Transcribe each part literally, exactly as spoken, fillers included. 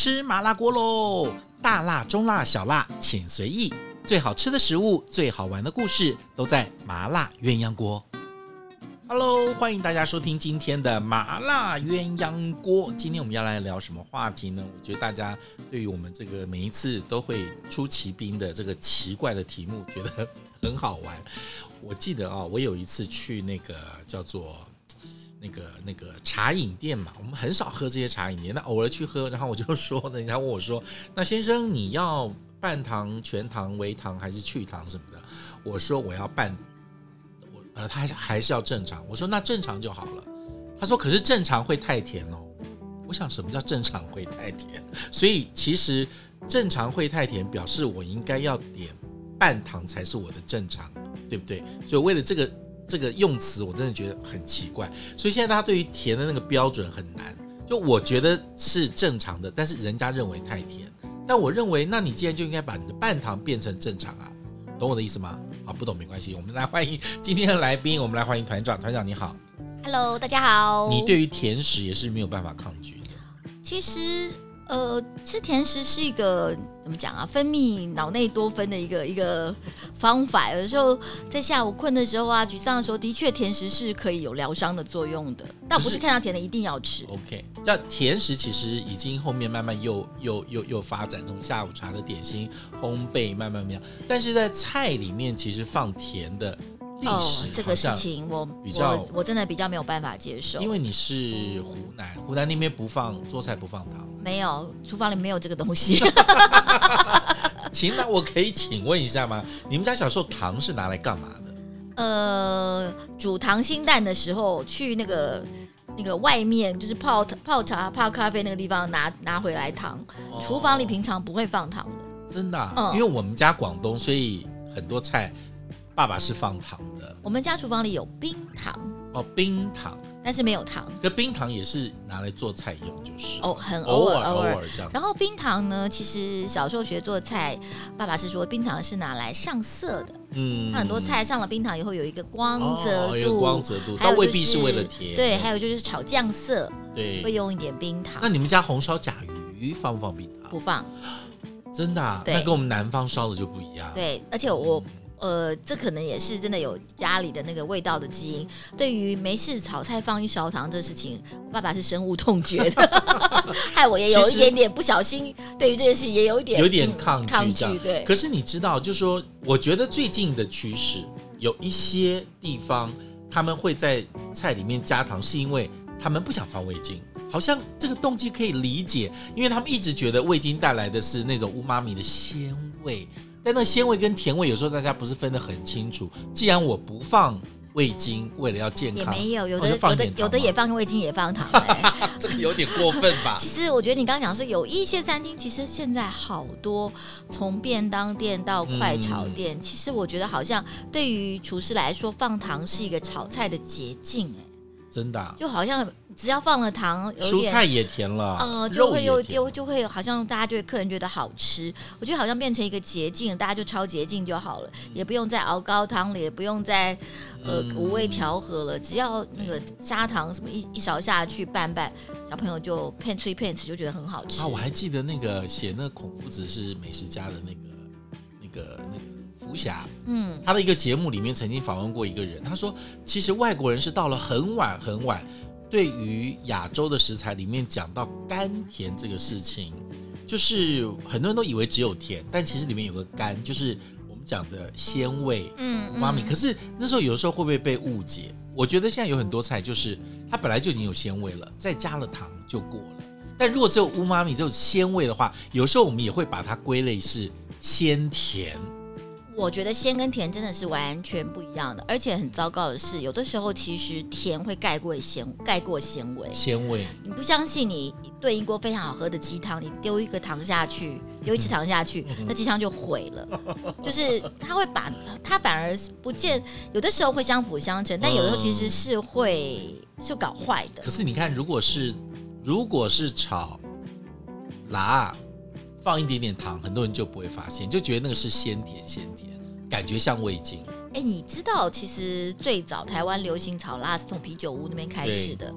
吃麻辣锅喽！大辣、中辣、小辣，请随意。最好吃的食物，最好玩的故事，都在麻辣鸳鸯锅。Hello， 欢迎大家收听今天的麻辣鸳鸯锅。今天我们要来聊什么话题呢？我觉得大家对于我们这个每一次都会出奇兵的这个奇怪的题目，觉得很好玩。我记得啊、哦，我有一次去那个叫做那个那个茶饮店嘛，我们很少喝这些茶饮店，那偶尔去喝，然后我就说呢，人家问我说：“那先生你要半糖、全糖、微糖还是去糖什么的？”我说我要半。呃，他还是要正常。我说那正常就好了。他说可是正常会太甜哦。我想什么叫正常会太甜？所以其实正常会太甜，表示我应该要点半糖才是我的正常，对不对？所以为了这个这个用词，我真的觉得很奇怪。所以现在大家对于甜的那个标准很难。就我觉得是正常的，但是人家认为太甜。但我认为，那你既然就应该把你的半糖变成正常啊。懂我的意思吗？啊，不懂没关系，我们来欢迎今天的来宾，我们来欢迎团长。团长你好。 Hello， 大家好。 你对于甜食也是没有办法抗拒的。 其实呃，吃甜食是一个怎么讲啊，分泌脑内多酚的一个一个方法。有的时候在下午困的时候啊，沮丧的时候，的确甜食是可以有疗伤的作用的，但不是看到甜的一定要吃。 OK， 那甜食其实已经后面慢慢又又又又发展，从下午茶的点心烘焙慢慢慢慢，但是在菜里面其实放甜的历史、 哦、这个事情我比较我, 我真的比较没有办法接受， 因为你是湖南，湖南那边不放做菜不放糖， 没有，厨房里没有这个东西。 请那我可以请问一下吗？你们家小时候糖是拿来干嘛的？ 呃，煮溏心蛋的时候，去那个那个外面就是泡泡茶、泡咖啡那个地方拿拿回来糖。哦、厨房里平常不会放糖的， 真的、啊嗯？ 因为我们家广东，所以很多菜爸爸是放糖的。 我们家厨房里有冰糖。 哦，冰糖， 但是没有糖。 可冰糖也是拿来做菜用，就是哦，很偶尔偶尔这样。 然后冰糖呢，其实小时候学做菜，爸爸是说冰糖是拿来上色的。嗯，很多菜上了冰糖以后有一个光泽度， 哦、有个光泽度， 但未必是为了甜。 对，还有就是炒酱色， 对， 会用一点冰糖。 那你们家红烧甲鱼放不放冰糖？ 不放。 真的啊？那跟我们南方烧的就不一样。 对，而且我。呃，这可能也是真的有家里的那个味道的基因。对于没事炒菜放一勺糖这事情，我爸爸是深恶痛绝的，害我也有一点点不小心，对于这件事也有一点有点抗拒、嗯、 抗拒。对， 可是你知道，就是说，我觉得最近的趋势，有一些地方他们会在菜里面加糖，是因为他们不想放味精。好像这个动机可以理解，因为他们一直觉得味精带来的是那种乌妈咪的鲜味。但那鲜味跟甜味有时候大家不是分得很清楚。既然我不放味精，为了要健康， 也没有，有的有的有的也放味精，也放糖、欸。 这个有点过分吧？ 其实我觉得你刚刚讲是有一些餐厅，其实现在好多从便当店到快炒店、嗯，其实我觉得好像对于厨师来说，放糖是一个炒菜的捷径、欸。 真的、啊， 就好像只要放了糖，有蔬菜也甜了， 呃，就会有就就会好像大家就会客人觉得好吃，我觉得好像变成一个捷径，大家就抄捷径就好了，嗯、也不用再熬高汤了，也不用再呃五味调和了，只要那个砂糖什么一一勺下去拌拌，小朋友就骗吃骗吃就觉得很好吃啊！我还记得那个写那孔夫子是美食家的那个那个那个。福霞，嗯，他的一个节目里面曾经访问过一个人，他说，其实外国人是到了很晚很晚，对于亚洲的食材里面讲到甘甜这个事情，就是很多人都以为只有甜，但其实里面有个甘，就是我们讲的鲜味，嗯，妈咪。可是那时候有的时候会不会被误解？我觉得现在有很多菜就是它本来就已经有鲜味了，再加了糖就过了。但如果只有乌妈咪只有鲜味的话，有时候我们也会把它归类是鲜甜。 我觉得鲜跟甜真的是完全不一样的，而且很糟糕的是，有的时候其实甜会盖过鲜，盖过鲜味。 鲜味， 你不相信？你炖一锅非常好喝的鸡汤，你丢一个糖下去，丢一匙糖下去，那鸡汤就毁了。就是它会把它反而不见，有的时候会相辅相成，但有的时候其实是会是搞坏的。 可是你看，如果是如果是炒辣。放一点点糖，很多人就不会发现，就觉得那个是鲜甜鲜甜，感觉像味精。 哎，你知道其实最早台湾流行炒辣是从啤酒屋那边开始的。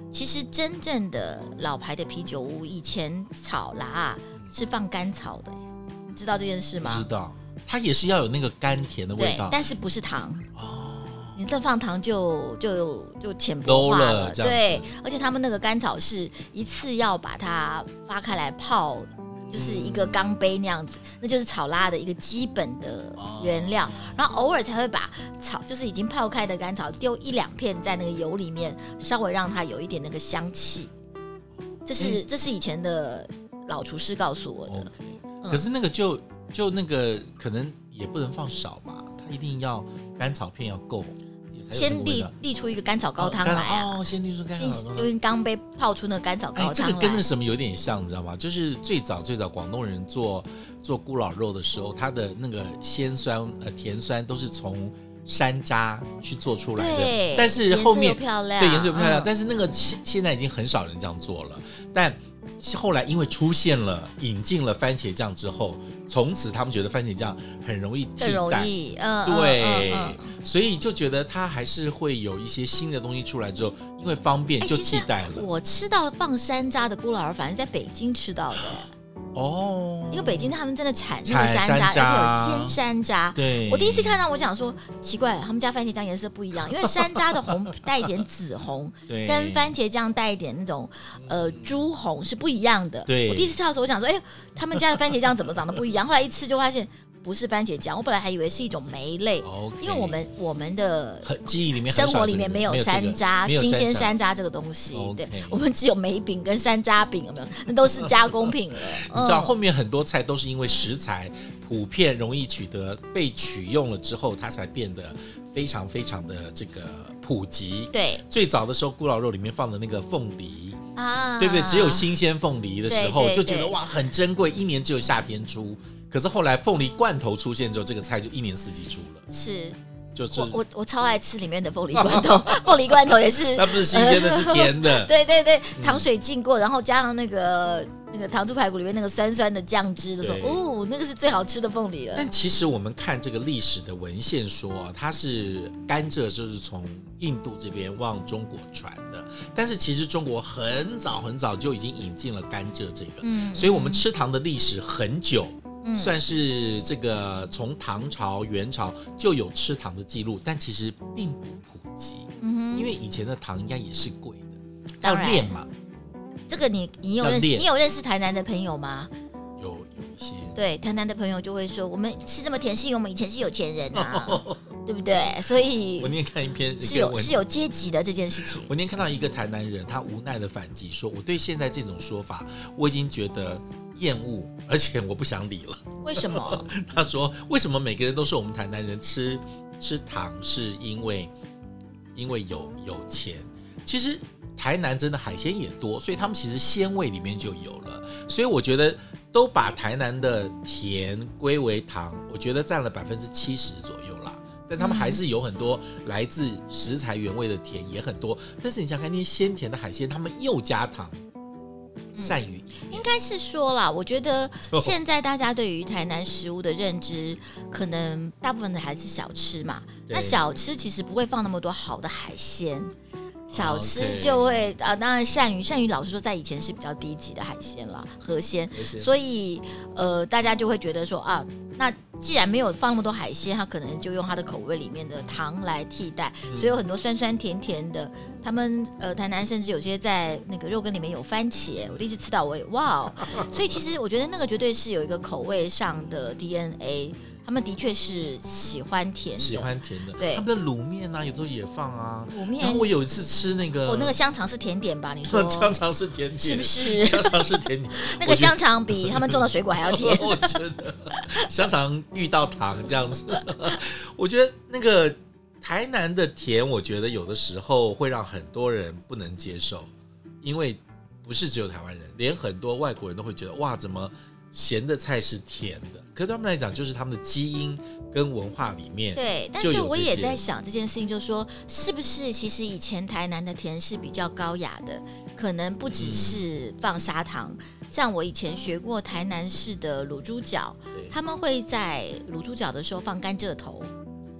其实真正的老牌的啤酒屋以前草啦、啊、是放甘草的，你知道这件事吗？ 知道，它也是要有那个甘甜的味道， 对，但是不是糖哦。 你这放糖就就就浅薄化了， 了对，而且他们那个甘草是一次要把它发开来泡，就是一个钢杯那样子，嗯、那就是草拉的一个基本的原料，哦、然后偶尔才会把草，就是已经泡开的甘草丢一两片在那个油里面，稍微让它有一点那个香气。这是、嗯、这是以前的老厨师告诉我的。 Okay, 嗯、可是那个就就那个可能也不能放少吧，它一定要甘草片要够。 先沥沥出一个甘草高汤来啊！ 哦，先沥出甘草高汤， 就跟钢杯泡出那个甘草高汤来。 这个跟那什么有点像，你知道吗？就是最早最早广东人做做咕老肉的时候，它的那个鲜酸呃甜酸都是从山楂去做出来的，但是后面颜色又漂亮， 对颜色又漂亮，嗯、但是那个现现在已经很少人这样做了，但。后来因为出现了引进了番茄酱之后，从此他们觉得番茄酱很容易替代， 更容易，嗯， 对， 嗯嗯嗯、所以就觉得它还是会有一些新的东西出来之后，因为方便就替代了。 欸、我吃到放山楂的咕老肉，反正在北京吃到的。 哦， 因为北京他们真的产那个山楂，而且有鲜山楂。 对， 我第一次看到，我想说奇怪，他们家番茄酱颜色不一样，因为山楂的红带一点紫红，跟番茄酱带一点那种呃朱红是不一样的。 对， 我第一次吃到的时候，我想说，哎、欸，他们家的番茄酱怎么长得不一样？后来一吃就发现。不是番茄酱，我本来还以为是一种酶类， okay, 因为我们我们的记忆里面、 生活里面没有山楂、这个、新鲜山楂这个东西， okay, 对，我们只有梅饼跟山楂饼，有没有？那都是加工品了。 你知道后面很多菜都是因为食材普遍容易取得，被取用了之后，它才变得非常非常的这个普及。 对， 最早的时候，咕老肉里面放的那个凤梨。 啊， 对不对？只有新鲜凤梨的时候， 对对对就觉得哇很珍贵，一年只有夏天出。可是后来凤梨罐头出现之后，这个菜就一年四季出了。 是， 就是我我我超爱吃里面的凤梨罐头，凤梨罐头也是， 它不是新鲜的，是甜的。 对对对，糖水浸过，然后加上那个那个糖醋排骨里面那个酸酸的酱汁的时候，哦，那个是最好吃的凤梨了。 但其实我们看这个历史的文献说、啊，它是甘蔗就是从印度这边往中国传的，但是其实中国很早很早就已经引进了甘蔗这个，嗯，所以我们吃糖的历史很久。嗯、算是这个从唐朝、元朝就有吃糖的记录，但其实并不普及，嗯、因为以前的糖应该也是贵的，要炼嘛。 这个你你有认识你有认识台南的朋友吗？ 有有一些， 对台南的朋友就会说，我们吃这么甜，是因为我们以前是有钱人啊，对不对？所以我那天看一篇是有是有阶级的这件事情。 我那天看到一个台南人，他无奈的反击说：“我对现在这种说法，我已经觉得。”厌恶，而且我不想理了。 为什么？ 他说：“为什么每个人都说我们台南人吃吃糖是因为因为有有钱？其实台南真的海鲜也多，所以他们其实鲜味里面就有了。所以我觉得都把台南的甜归为糖，我觉得占了百分之七十左右啦。但他们还是有很多来自食材原味的甜也很多。但是你想看那些鲜甜的海鲜，他们又加糖。”善于应该是说啦，我觉得现在大家对于台南食物的认知，可能大部分的还是小吃嘛。那小吃其实不会放那么多好的海鲜，小吃就会、okay. 啊，当然鳝鱼，鳝鱼老实说在以前是比较低级的海鲜啦，河鲜，所以呃，大家就会觉得说啊，那既然没有放那么多海鲜，它可能就用它的口味里面的糖来替代，嗯、所以有很多酸酸甜甜的。他们呃，台南甚至有些在那个肉羹里面有番茄，我第一次吃到我也哇、哦！所以其实我觉得那个绝对是有一个口味上的 D N A。他们的确是喜欢甜的， 喜欢甜的。 对， 他们的卤面啊，有时候也放啊。 卤面， 然后我有一次吃那个， 我、哦、那个香肠是甜点吧？你说香肠是甜点， 是不是？ 香肠是甜点， 那个香肠比他们种的水果还要甜。 我觉得香肠遇到糖这样子，我觉得那个台南的甜，我觉得有的时候会让很多人不能接受，因为不是只有台湾人，连很多外国人都会觉得哇，怎么？咸的菜是甜的，可是对他们来讲，就是他们的基因跟文化里面。 对，但是我也在想这件事情，就是说，是不是其实以前台南的甜是比较高雅的，可能不只是放砂糖。嗯、像我以前学过台南市的卤猪脚，他们会在卤猪脚的时候放甘蔗头。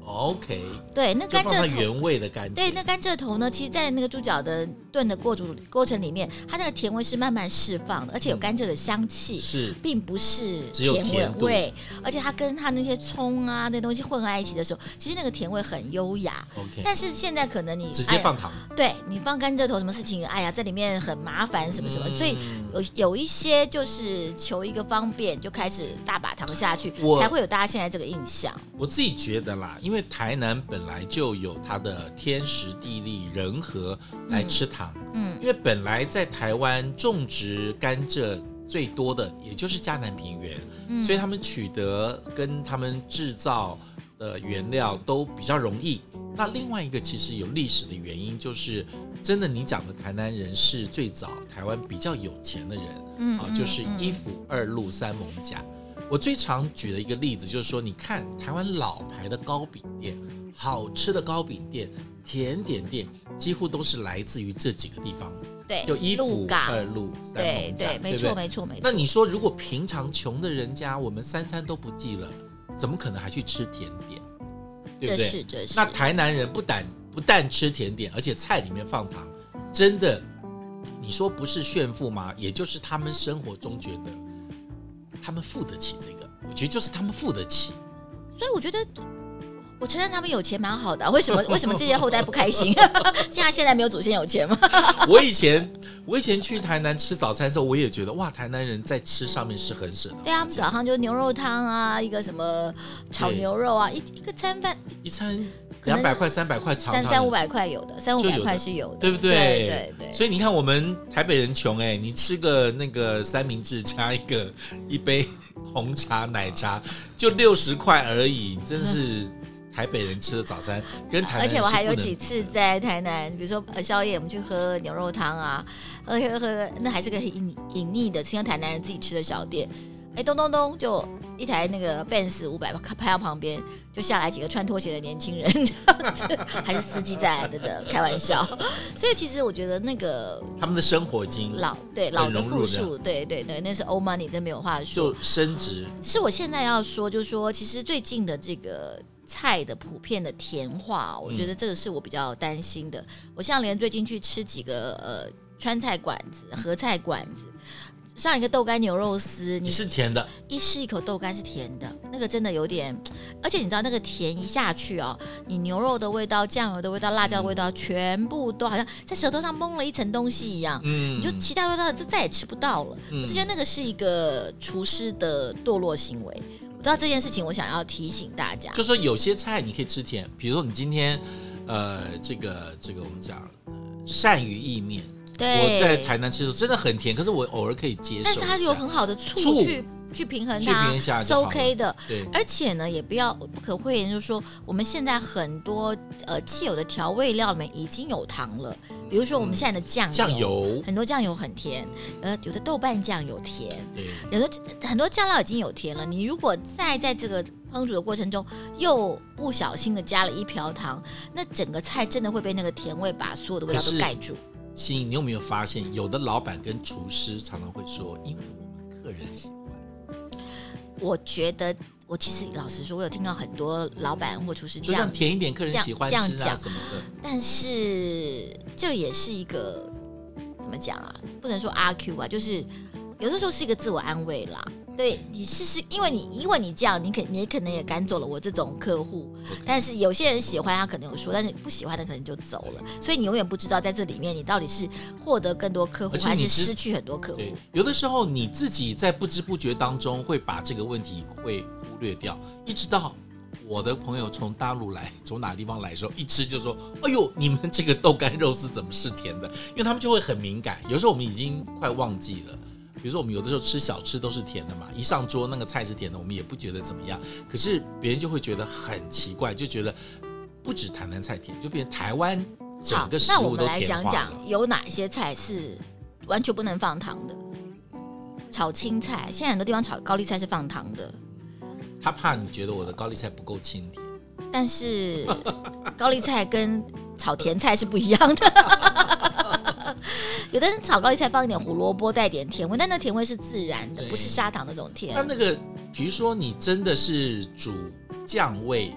OK， 对，那甘蔗头就放它原味的感觉。 对，那甘蔗头呢，其实在那个猪脚的炖的过煮过程里面，它那个甜味是慢慢释放的，而且有甘蔗的香气， 嗯、是， 并不是只有甜味，而且它跟它那些葱啊那东西混在一起的时候，其实那个甜味很优雅。 OK， 但是现在可能你直接放糖， 哎、对你放甘蔗头，什么事情？哎呀，在里面很麻烦，什么什么， 嗯、 所以有有一些就是求一个方便，就开始大把糖下去，才会有大家现在这个印象。 我自己觉得啦，因为台南本来就有它的天时地利人和来吃糖， 嗯， 因为本来在台湾种植甘蔗最多的也就是嘉南平原，嗯、所以他们取得跟他们制造的原料都比较容易。那另外一个其实有历史的原因，就是真的你讲的台南人是最早台湾比较有钱的人，嗯啊，就是一府二路三艋舺。我最常举的一个例子就是说，你看台湾老牌的糕饼店，好吃的糕饼店、甜点店，几乎都是来自于这几个地方。 对， 就一府二路三艋舺， 对对，没错没错没错。 那你说，如果平常穷的人家，我们三餐都不济了，怎么可能还去吃甜点？对不对？ 这是这是。 那台南人不但不但吃甜点，而且菜里面放糖，真的，你说不是炫富吗？也就是他们生活中觉得他们付得起这个，我觉得就是他们付得起。 所以我觉得，我承认他们有钱蛮好的、啊，为什么为什么这些后代不开心？现在现在没有祖先有钱吗？ 我以前我以前去台南吃早餐的时候，我也觉得哇，台南人在吃上面是很舍得。 对啊，他们早上就牛肉汤啊，一个什么炒牛肉啊，一一个餐饭一餐两百块、三百块， 三三五百块有的，三五百块是有的， 对不对？ 对对对。 所以你看，我们台北人穷哎、欸，你吃个那个三明治加一个一杯红茶奶茶，就六十块而已，真是。台北人吃的早餐跟台南， 而且我还有几次在台南，比如说宵夜，我们去喝牛肉汤啊，喝喝喝，那还是个隐隐秘的，像台南人自己吃的小店。哎，咚咚咚，就一台那个 Benz 五百拍到旁边，就下来几个穿拖鞋的年轻人，这样子，还是司机在来的的，开玩笑。所以其实我觉得那个他们的生活已经老对老的富庶，对对对，那是 old money， 真没有话说， 就升值。 是我现在要说，就是说，其实最近的这个。菜的普遍的甜化，我觉得这个是我比较担心的。嗯、我像连最近去吃几个呃川菜馆子、合菜馆子，上一个豆干牛肉丝， 你是甜的， 一吃一口豆干是甜的，那个真的有点，而且你知道那个甜一下去哦，你牛肉的味道、酱油的味道、辣椒的味道，全部都好像在舌头上蒙了一层东西一样，嗯，你就其他味道就再也吃不到了。嗯、我就觉得那个是一个厨师的堕落行为。我知道这件事情，我想要提醒大家， 就说有些菜你可以吃甜，比如说你今天，呃，这个这个我们讲、呃、鳝鱼意面，我在台南吃的时候真的很甜，可是我偶尔可以接受， 但是它有很好的醋去去平衡它，是 OK 的。 对， 而且呢，也不要不可讳言，就是说我们现在很多呃既有的调味料里面已经有糖了。比如说我们现在的酱油， 酱油很多酱油很甜，呃，有的豆瓣酱有甜， 对， 有的很多酱料已经有甜了。你如果再在这个烹煮的过程中又不小心的加了一瓢糖，那整个菜真的会被那个甜味把所有的味道都盖住。 心怡，你有没有发现，有的老板跟厨师常常会说，因为我们客人喜欢。 我觉得。我其实老实说，我有听到很多老板或厨师这样， 就像甜一点，客人喜欢吃啊什么的。 但是这也是一个怎么讲啊？不能说阿 Q 啊，就是有的时候是一个自我安慰啦。对你试试，因为你因为你这样，你可你可能也赶走了我这种客户。Okay. 但是有些人喜欢，他可能有说，但是不喜欢的可能就走了。所以你永远不知道在这里面，你到底是获得更多客户，还是失去很多客户。 对，有的时候你自己在不知不觉当中会把这个问题会忽略掉，一直到我的朋友从大陆来，从哪个地方来的时候，一吃就说：“哎呦，你们这个豆干肉丝怎么是甜的？”因为他们就会很敏感。有时候我们已经快忘记了。比如说我们有的时候吃小吃都是甜的嘛，一上桌那个菜是甜的，我们也不觉得怎么样，可是别人就会觉得很奇怪，就觉得不止台南菜甜，就变成台湾整个食物都甜化了。那我们来讲讲有哪些菜是完全不能放糖的。炒青菜，现在很多地方炒高丽菜是放糖的， 他怕你觉得我的高丽菜不够清甜， 但是高丽菜跟炒甜菜是不一样的。有的人炒高丽菜放一点胡萝卜，带点甜味，但那甜味是自然的，不是砂糖那种甜。 那那个，比如说你真的是煮酱味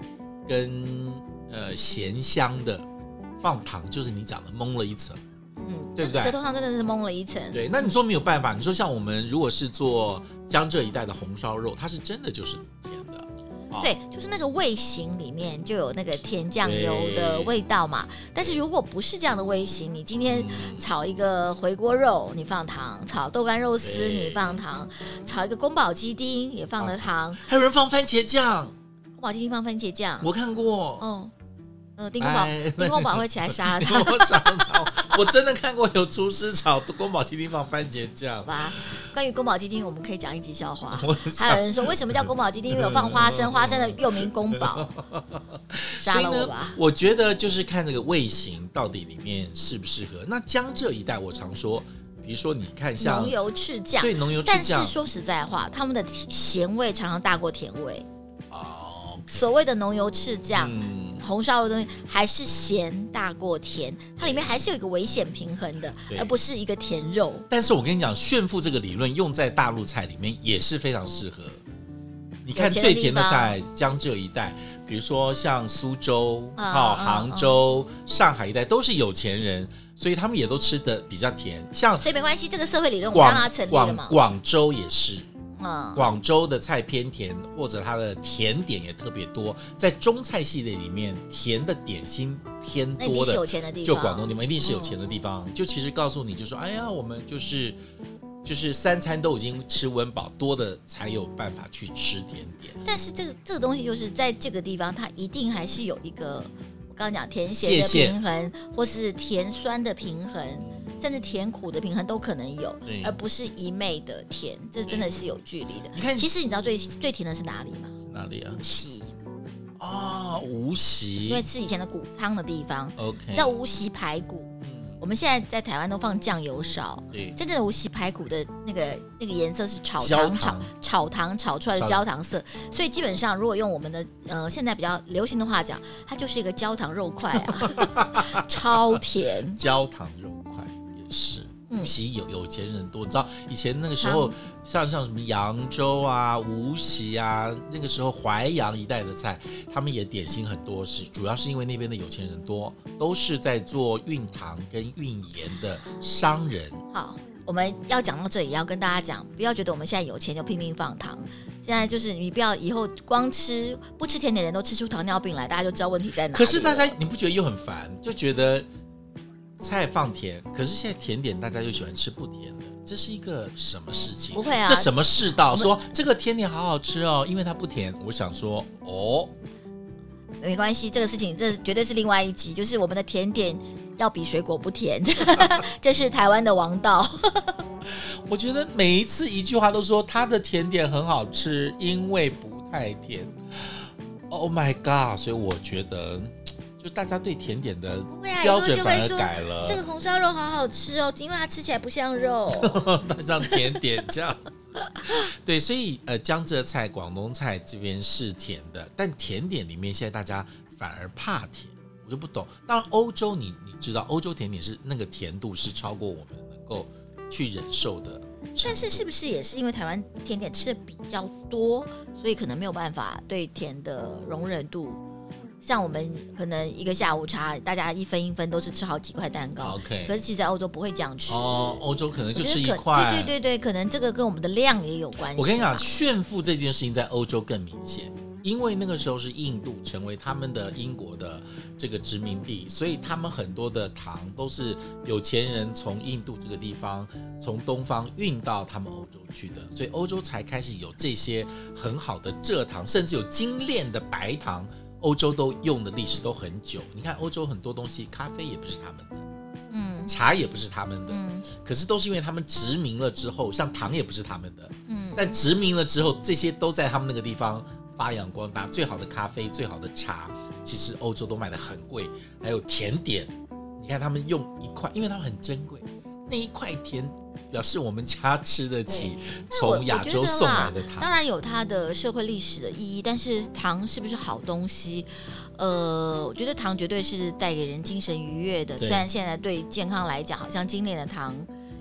跟呃咸香的，放糖就是你讲的蒙了一层， 嗯， 对不对？ 舌头上真的是蒙了一层。 对，那你说没有办法，你说像我们如果是做江浙一带的红烧肉，它是真的就是甜的。 对，就是那个味型里面就有那个甜酱油的味道嘛。但是如果不是这样的味型，你今天炒一个回锅肉，你放糖；炒豆干肉丝，你放糖；炒一个宫保鸡丁也放了糖。 还有人放番茄酱， 宫保鸡丁放番茄酱， 我看过。 哦，呃，丁公宝，丁公宝会起来杀了他。 我杀了他，我真的看过有厨师炒宫保鸡丁放番茄酱。 好吧，关于宫保鸡丁，我们可以讲一集笑话。还有人说，为什么叫宫保鸡丁？因为有放花生，花生的又名宫保。杀了我吧！ 我觉得就是看这个味型到底里面适不适合。那江浙一带，我常说，比如说你看像浓油赤酱， 对浓油赤酱， 但是说实在话，他们的咸味常常大过甜味。 哦， okay， 所谓的浓油赤酱。 嗯红烧的东西还是咸大过甜，它里面还是有一个危险平衡的，而不是一个甜肉。 但是我跟你讲，炫富这个理论用在大陆菜里面也是非常适合。你看最甜的菜，江浙一带，比如说像苏州、啊哦、杭州、嗯、上海一带，都是有钱人，所以他们也都吃的比较甜。像所以没关系，这个社会理论我们让它成立了嘛。 广州也是。 嗯、 广州的菜偏甜，或者它的甜点也特别多。在中菜系列里面，甜的点心偏多的， 那一定是有钱的地方， 就广东地方一定是有钱的地方。嗯、就其实告诉你，就说，哎呀，我们就是就是三餐都已经吃温饱，多的才有办法去吃甜点。 但是这个这个东西，就是在这个地方，它一定还是有一个我刚刚讲甜咸的平衡，或是甜酸的平衡。甚至甜苦的平衡都可能有，而不是一昧的甜，这真的是有距离的。 你看， 其实你知道最最甜的是哪里吗？ 是哪里啊？ 无锡啊，无锡， 因为是以前的谷仓的地方。 OK， 叫无锡排骨。嗯、我们现在在台湾都放酱油烧， 对， 真正的无锡排骨的那个那个颜色是炒糖炒炒糖炒出来的焦糖色，所以基本上如果用我们的呃现在比较流行的话讲，它就是一个焦糖肉块啊，超甜， 焦糖肉块。是，无锡有有钱人多，你知道以前那个时候，像像什么扬州啊、无锡啊，那个时候淮扬一带的菜，他们也点心很多，是主要是因为那边的有钱人多，都是在做运糖跟运盐的商人。 好，我们要讲到这里，要跟大家讲，不要觉得我们现在有钱就拼命放糖。现在就是你不要以后光吃不吃甜点的人都吃出糖尿病来，大家就知道问题在哪里。 可是大家你不觉得又很烦，就觉得。菜放甜，可是现在甜点大家又喜欢吃不甜的，这是一个什么事情？ 不会啊， 这什么世道？说这个甜点好好吃哦，因为它不甜。我想说，哦， 没关系，这个事情这绝对是另外一集，就是我们的甜点要比水果不甜，这是台湾的王道。 我觉得每一次一句话都说它的甜点很好吃，因为不太甜。Oh my god！ 所以我觉得。就大家对甜点的标准反而改了。 啊、这个红烧肉好好吃哦，因为它吃起来不像肉， 它像甜点这样子。对，所以呃，江浙菜、广东菜这边是甜的，但甜点里面现在大家反而怕甜，我就不懂。当然，欧洲你你知道，欧洲甜点是那个甜度是超过我们能够去忍受的。 但是是不是也是因为台湾甜点吃的比较多，所以可能没有办法对甜的容忍度？像我们可能一个下午茶，大家一分一分都是吃好几块蛋糕。 OK， 可是其实在欧洲不会这样吃。 哦，欧洲可能就吃一块。 对对对对，可能这个跟我们的量也有关系。 我跟你讲，炫富这件事情在欧洲更明显，因为那个时候是印度成为他们的英国的这个殖民地，所以他们很多的糖都是有钱人从印度这个地方从东方运到他们欧洲去的，所以欧洲才开始有这些很好的蔗糖，甚至有精炼的白糖。欧洲都用的历史都很久，你看欧洲很多东西，咖啡也不是他们的，嗯，茶也不是他们的，嗯，可是都是因为他们殖民了之后，像糖也不是他们的，嗯，但殖民了之后，这些都在他们那个地方发扬光大。最好的咖啡、最好的茶，其实欧洲都卖得很贵，还有甜点，你看他们用一块，因为他们很珍贵，那一块甜。表示我们家吃得起从亚洲送来的糖， 当然有它的社会历史的意义，但是糖是不是好东西？呃，我觉得糖绝对是带给人精神愉悦的。虽然现在对健康来讲，好像精炼的糖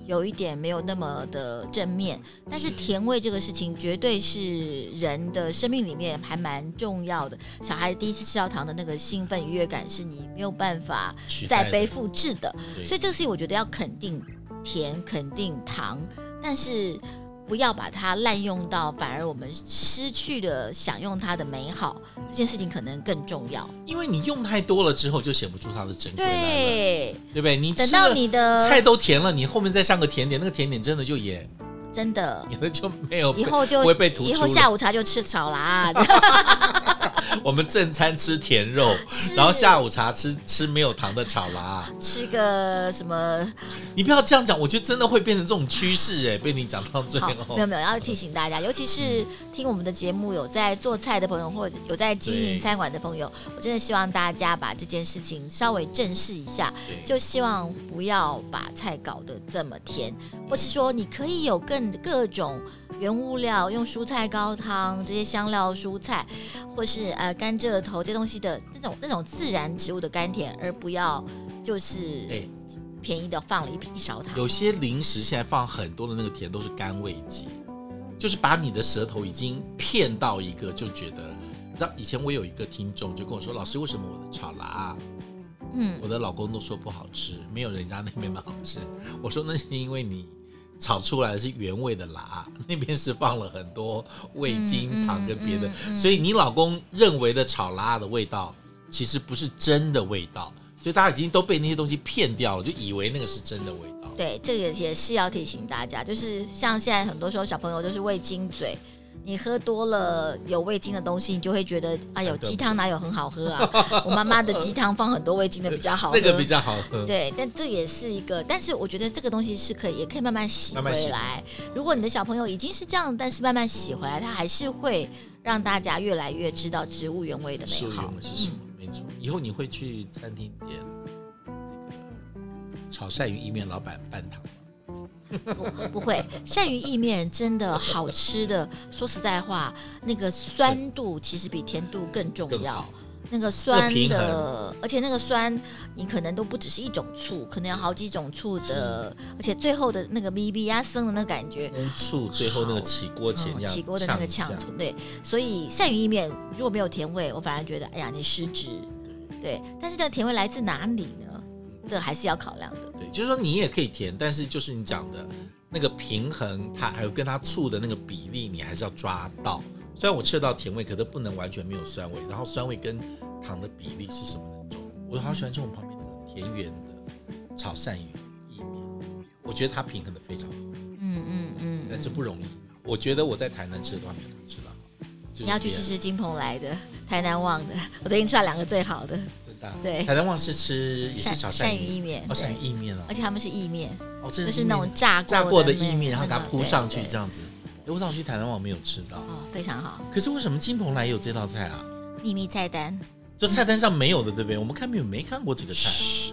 有一点没有那么的正面。但是甜味这个事情绝对是人的生命里面还蛮重要的。小孩第一次吃到糖的那个兴奋愉悦感是你没有办法再背复制的，所以这个事情我觉得要肯定甜，肯定糖，但是不要把它滥用到反而我们失去了享用它的美好，这件事情可能更重要。因为你用太多了之后就显不出它的珍贵来了， 对对不对？你等到你的菜都甜了，你后面再上个甜点，那个甜点真的就也真的也就没有， 以后就不会被突出。 以后下午茶就吃炒啦我们正餐吃甜肉，然后下午茶吃吃没有糖的炒拉， 吃个什么？ 你不要这样讲，我觉得真的会变成这种趋势哎，被你讲到最后。 没有没有，要提醒大家，尤其是听我们的节目有在做菜的朋友，或者有在经营餐馆的朋友，我真的希望大家把这件事情稍微正视一下，就希望不要把菜搞得这么甜，或是说你可以有更各种原物料，用蔬菜高汤这些香料蔬菜，或是呃甘蔗头这些东西的那种那种自然植物的甘甜，而不要就是便宜的放了一一勺糖。 有些零食现在放很多的那个甜都是甘味剂，就是把你的舌头已经骗到一个就觉得，你知道以前我有一个听众就跟我说，老师为什么我的炒拉嗯，我的老公都说不好吃，没有人家那边的好吃。我说那是因为你炒出来的是原味的辣，那边是放了很多味精糖跟别的、嗯嗯嗯、所以你老公认为的炒辣的味道其实不是真的味道，所以大家已经都被那些东西骗掉了，就以为那个是真的味道。 对，这个也是要提醒大家，就是像现在很多时候小朋友都是味精嘴，你喝多了有味精的东西，你就会觉得哎呦鸡汤哪有很好喝啊，我妈妈的鸡汤放很多味精的比较好喝， 那个比较好喝。 对，但这也是一个，但是我觉得这个东西是可以也可以慢慢洗回来。如果你的小朋友已经是这样，但是慢慢洗回来，他还是会让大家越来越知道植物原味的美好。植物原味是什么、嗯、没错。以后你会去餐厅点那个炒鳝鱼意面老板半糖吗？ 不, 不会，鳝鱼意面真的好吃的。说实在话，那个酸度其实比甜度更重要。那个酸的，而且那个酸，你可能都不只是一种醋，可能有好几种醋的，而且最后的那个咪咪呀生的那个感觉， 醋最后那个起锅前、嗯、 起锅的那个呛醋，对。所以鳝鱼意面如果没有甜味，我反而觉得哎呀你失职。对，但是这个甜味来自哪里呢？这还是要考量的。 对，就是说你也可以甜，但是就是你讲的那个平衡，它还有跟它醋的那个比例，你还是要抓到。虽然我吃得到甜味，可是不能完全没有酸味。然后酸味跟糖的比例是什么那种？我好喜欢吃我们旁边那个田园的炒鳝鱼意面，我觉得它平衡的非常好。嗯嗯嗯，但这不容易。我觉得我在台南吃的都还没有它吃的好。 你要去试试金鹏来的、台南旺的，我最近吃了两个最好的。 真的、啊？ 对， 台南旺是吃也是炒鳝鱼意面， 哦，鳝鱼意面哦， 而且他们是意面， 哦，真的就是那种炸过的炸过的意面，然后给它铺上去这样子。我早上去台南旺没有吃到， 哦，非常好。 可是为什么金鹏来有这道菜啊？ 秘密菜单， 就菜单上没有的，对不对？我们看没有没看过这个菜。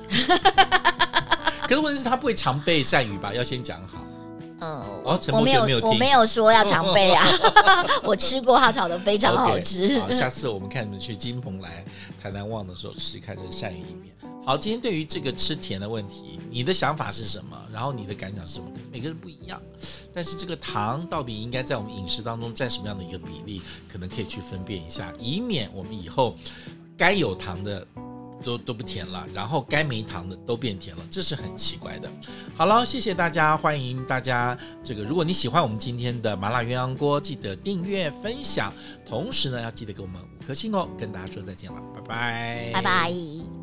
可是问题是他不会常备鳝鱼吧？要先讲好。嗯，哦，陈柏学没有听， 我没有说要常备啊。我吃过，他炒的非常好吃。 Okay, 好，下次我们看你们去金鹏来台南旺的时候吃看这个鳝鱼意面。好，今天对于这个吃甜的问题，你的想法是什么？然后你的感想是什么？每个人不一样，但是这个糖到底应该在我们饮食当中占什么样的一个比例，可能可以去分辨一下，以免我们以后该有糖的都都不甜了，然后该没糖的都变甜了，这是很奇怪的。好了，谢谢大家，欢迎大家这个，如果你喜欢我们今天的麻辣鸳鸯锅，记得订阅分享，同时呢要记得给我们五颗星哦。跟大家说再见了，拜拜， 拜拜。